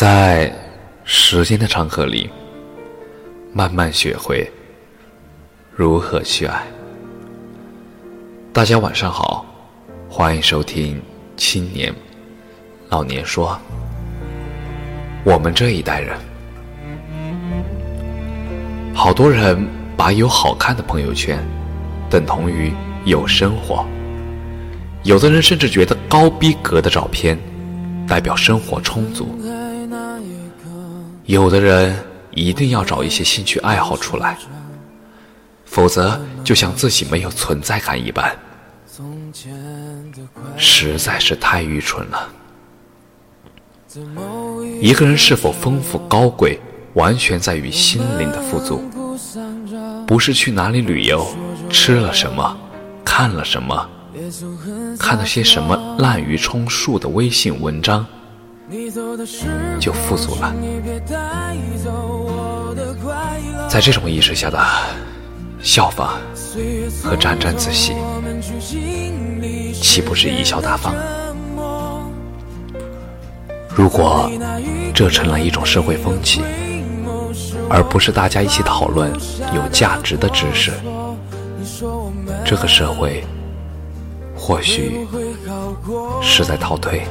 在时间的长河里，慢慢学会如何去爱。大家晚上好，欢迎收听青年老年说。我们这一代人，好多人把有好看的朋友圈等同于有生活，有的人甚至觉得高逼格的照片代表生活充足，有的人一定要找一些兴趣爱好出来，否则就像自己没有存在感一般，实在是太愚蠢了。一个人是否丰富高贵，完全在于心灵的富足，不是去哪里旅游，吃了什么，看了什么，看了些什么滥竽充数的微信文章就富足了。在这种意识下的效仿和沾沾自喜，岂不是贻笑大方？如果这成了一种社会风气，而不是大家一起讨论有价值的知识，这个社会或许是在倒退。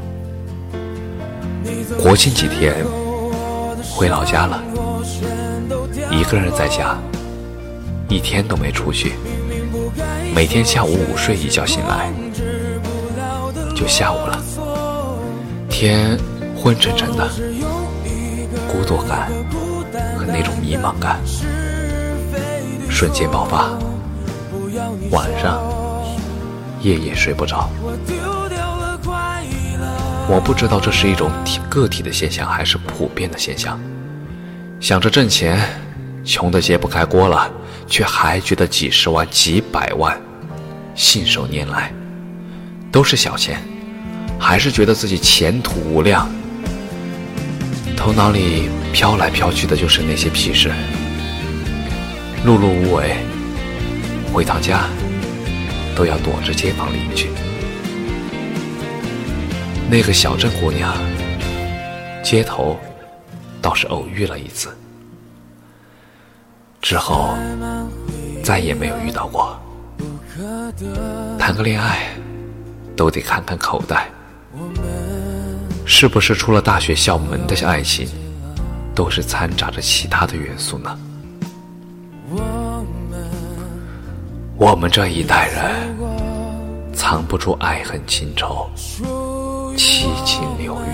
国庆几天回老家了，一个人在家，一天都没出去，每天下午午睡一觉醒来就下午了，天昏沉沉的，孤独感和那种迷茫感瞬间爆发，晚上夜夜睡不着。我不知道这是一种个体的现象还是普遍的现象，想着挣钱，穷得揭不开锅了，却还觉得几十万几百万信手拈来，都是小钱，还是觉得自己前途无量，头脑里飘来飘去的就是那些屁事，碌碌无为，回趟家都要躲着街坊邻居。那个小镇姑娘，街头倒是偶遇了一次，之后再也没有遇到过。谈个恋爱都得看看口袋，是不是出了大学校门的爱情都是掺杂着其他的元素呢？我们这一代人藏不住爱恨情仇，七情六欲，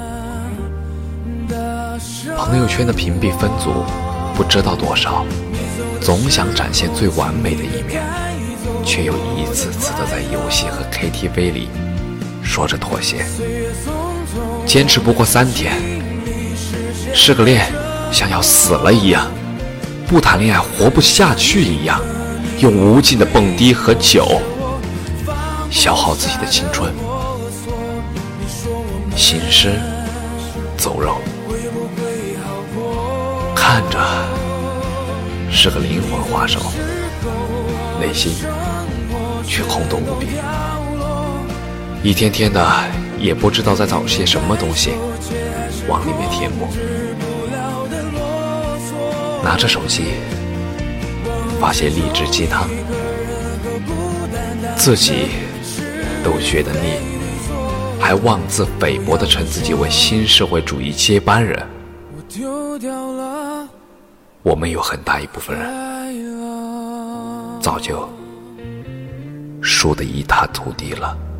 朋友圈的屏蔽分组不知道多少，总想展现最完美的一面，却又一次次的在游戏和 KTV 里说着妥协，坚持不过3天，失个恋像要死了一样，不谈恋爱活不下去一样，用无尽的蹦迪和酒消耗自己的青春，行尸走肉，看着是个灵魂画手，内心却空洞无比，一天天的也不知道在找些什么东西往里面填补，拿着手机发些励志鸡汤，自己都觉得腻，还妄自菲薄地称自己为新社会主义接班人。我们有很大一部分人早就输得一塌涂地了。